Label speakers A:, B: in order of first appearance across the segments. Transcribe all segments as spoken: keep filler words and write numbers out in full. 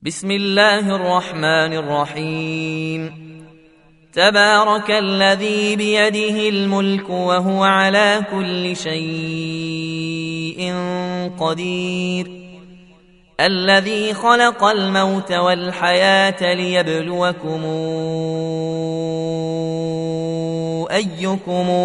A: بسم الله الرحمن الرحيم. تبارك الذي بيده الملك وهو على كل شيء قدير، الذي خلق الموت والحياة ليبلوكم أيكم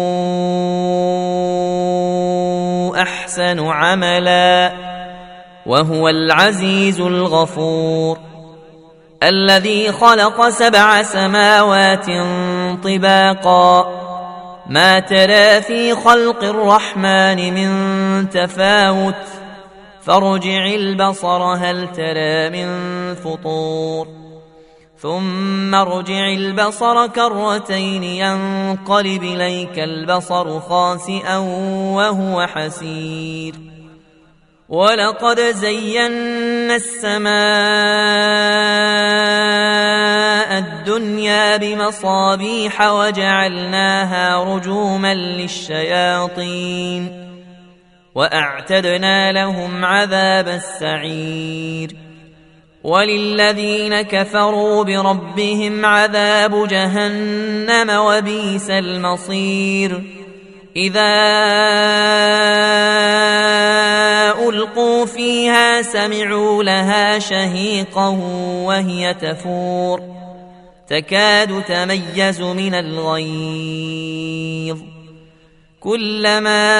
A: أحسن عملا وهو العزيز الغفور، الذي خلق سبع سماوات طباقا ما ترى في خلق الرحمن من تفاوت فارجع البصر هل ترى من فطور ثم ارجع البصر كرتين ينقلب إليك البصر خاسئا وهو حسير. ولقد زينا السماء الدنيا بمصابيح وجعلناها رجوما للشياطين وأعتدنا لهم عذاب السعير. وللذين كفروا بربهم عذاب جهنم وبئس المصير. إذا ألقوا فيها سمعوا لها شهيقا وهي تفور تكاد تميز من الغيظ، كلما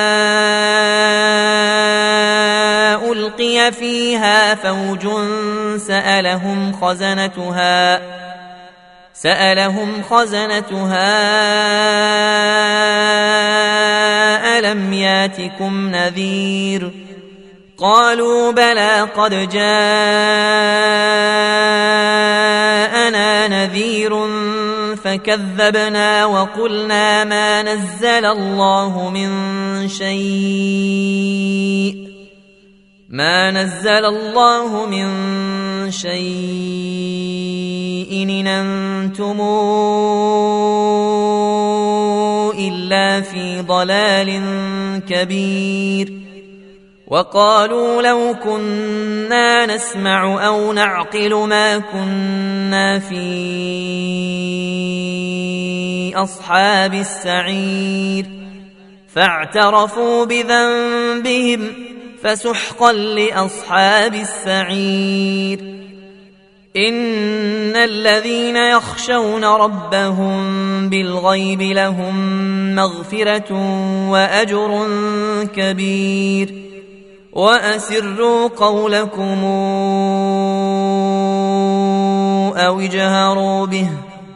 A: ألقي فيها فوج سألهم خزنتها سألهم خزنتها ألم ياتكم نذير؟ قالوا بلى قد جاءنا نذير فكذبنا وقلنا ما نزل الله من شيء ما نزل الله من شيء إن أنتم إلا في ضلال كبير. وقالوا لو كنا نسمع أو نعقل ما كنا في أصحاب السعير فاعترفوا بذنبهم فسحقا لأصحاب السعير. إن الذين يخشون ربهم بالغيب لهم مغفرة وأجر كبير. وأسروا قولكم أو اجهروا به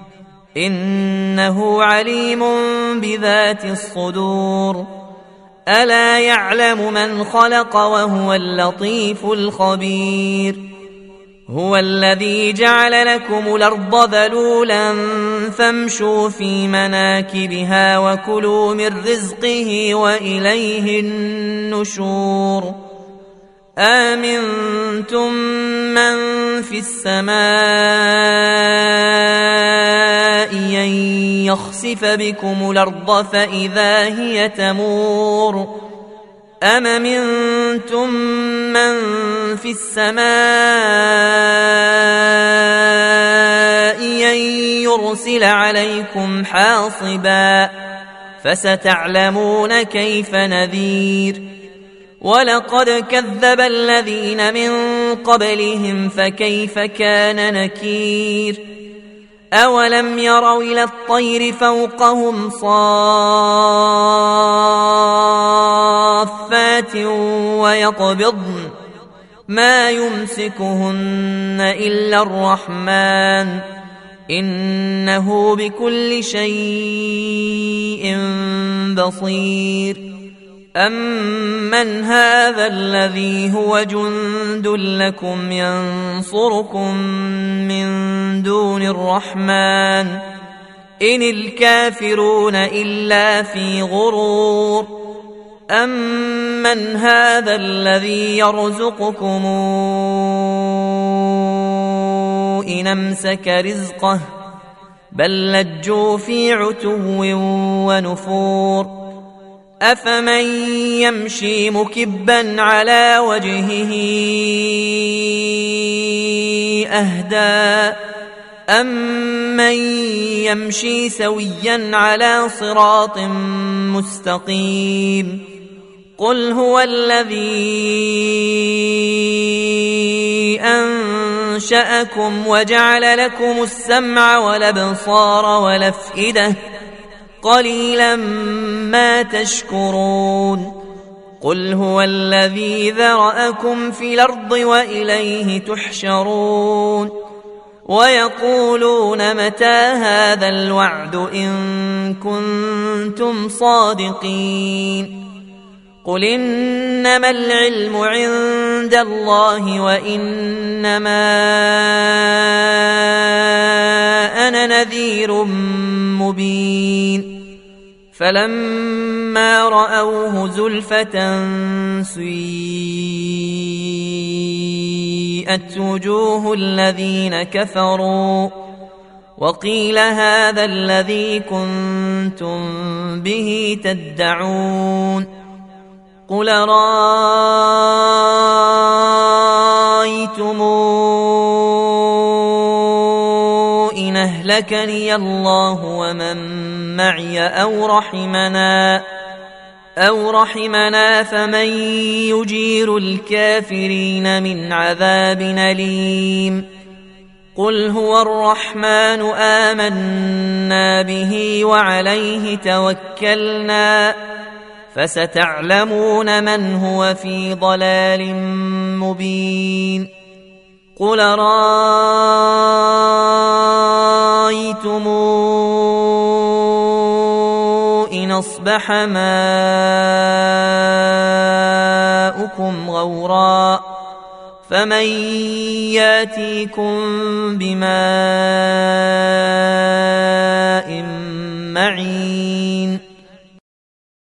A: إنه عليم بذات الصدور. ألا يعلم من خلق وهو اللطيف الخبير. هو الذي جعل لكم الأرض ذلولا فامشوا في مناكبها وكلوا من رزقه وإليه النشور. آمنتم من في السماء أن يخسف بكم الأرض فإذا هي تمور أم منتم من في السماء أن يرسل عليكم حاصبا فستعلمون كيف نذير. ولقد كذب الذين من قبلهم فكيف كان نكير. أولم يروا إلى الطير فوقهم صافات ويقبضن ما يمسكهن إلا الرحمن إنه بكل شيء بصير. أمن هذا الذي هو جند لكم ينصركم من دون الرحمن إن الكافرون إلا في غرور. أمن هذا الذي يرزقكم إن أمسك رزقه بل لجوا في عتو ونفور. أفمن يمشي مكبا على وجهه أهدى أمن يمشي سويا على صراط مستقيم قل هو الذي أنشأكم وجعل لكم السمع والأبصار والأفئدة قليلا ما تشكرون قل هو الذي ذرأكم في الأرض وإليه تحشرون ويقولون متى هذا الوعد إن كنتم صادقين قل إنما العلم عند الله وإنما أنا نذير مبين فلما رأوه زلفة سيئت وجوه الذين كفروا وقيل هذا الذي كنتم به تدعون قل رأيتم إن أهلكني الله ومن معي أو رحمنا أو رحمنا فمن يجير الكافرين من عذاب أليم قل هو الرحمن آمنا به وعليه توكلنا فستعلمون من هو في ضلال مبين قل رأيتم إن أصبح ماؤكم غورا فمن ياتيكم بماء معين